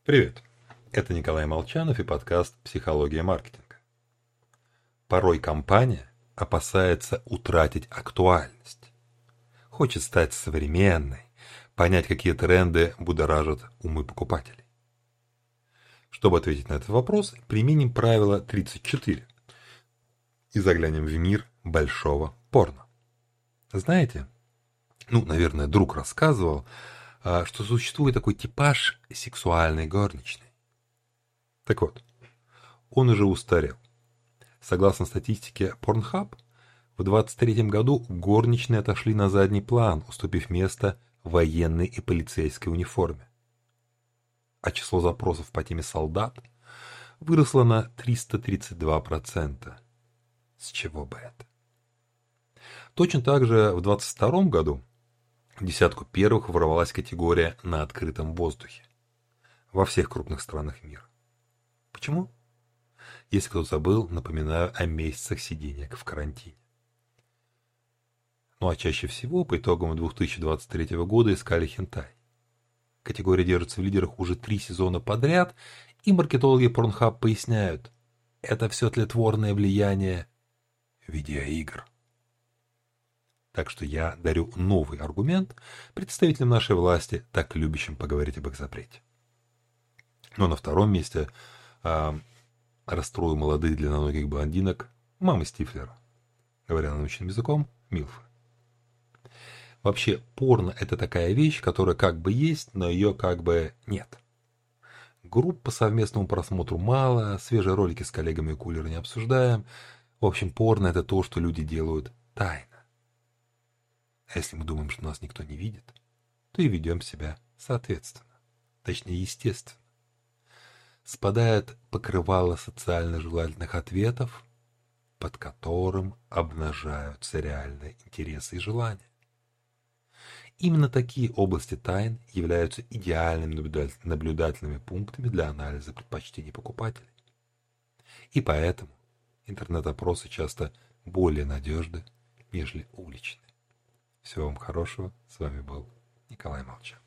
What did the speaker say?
Привет, это Николай Молчанов и подкаст «Психология маркетинга». Порой компания опасается утратить актуальность, хочет стать современной, понять, какие тренды будоражат умы покупателей. Чтобы ответить на этот вопрос, применим правило 34 и заглянем в мир большого порно. Знаете, наверное, друг рассказывал, что существует такой типаж сексуальной горничной. Так вот, он уже устарел. Согласно статистике Pornhub, в 2023 году горничные отошли на задний план, уступив место военной и полицейской униформе. А число запросов по теме солдат выросло на 332%. С чего бы это? Точно так же в 2022 году в десятку первых ворвалась категория «на открытом воздухе» во всех крупных странах мира. Почему? Если кто забыл, напоминаю о месяцах сидения в карантине. А чаще всего по итогам 2023 года искали хентай. Категория держится в лидерах уже 3 сезона подряд, и маркетологи Pornhub поясняют, это все тлетворное влияние видеоигр. Так что я дарю новый аргумент представителям нашей власти, так любящим поговорить об их запрете. Но на втором месте расстрою молодых длинноногих блондинок мамы Стифлера, говоря научным языком, милфы. Вообще, порно – это такая вещь, которая как бы есть, но ее как бы нет. Групп по совместному просмотру мало, свежие ролики с коллегами и кулера не обсуждаем. В общем, порно – это то, что люди делают тайно. А если мы думаем, что нас никто не видит, то и ведем себя соответственно. Точнее, естественно. Спадает покрывало социально желательных ответов, под которым обнажаются реальные интересы и желания. Именно такие области тайн являются идеальными наблюдательными пунктами для анализа предпочтений покупателей. И поэтому интернет-опросы часто более надежны, нежели уличные. Всего вам хорошего. С вами был Николай Молчанов.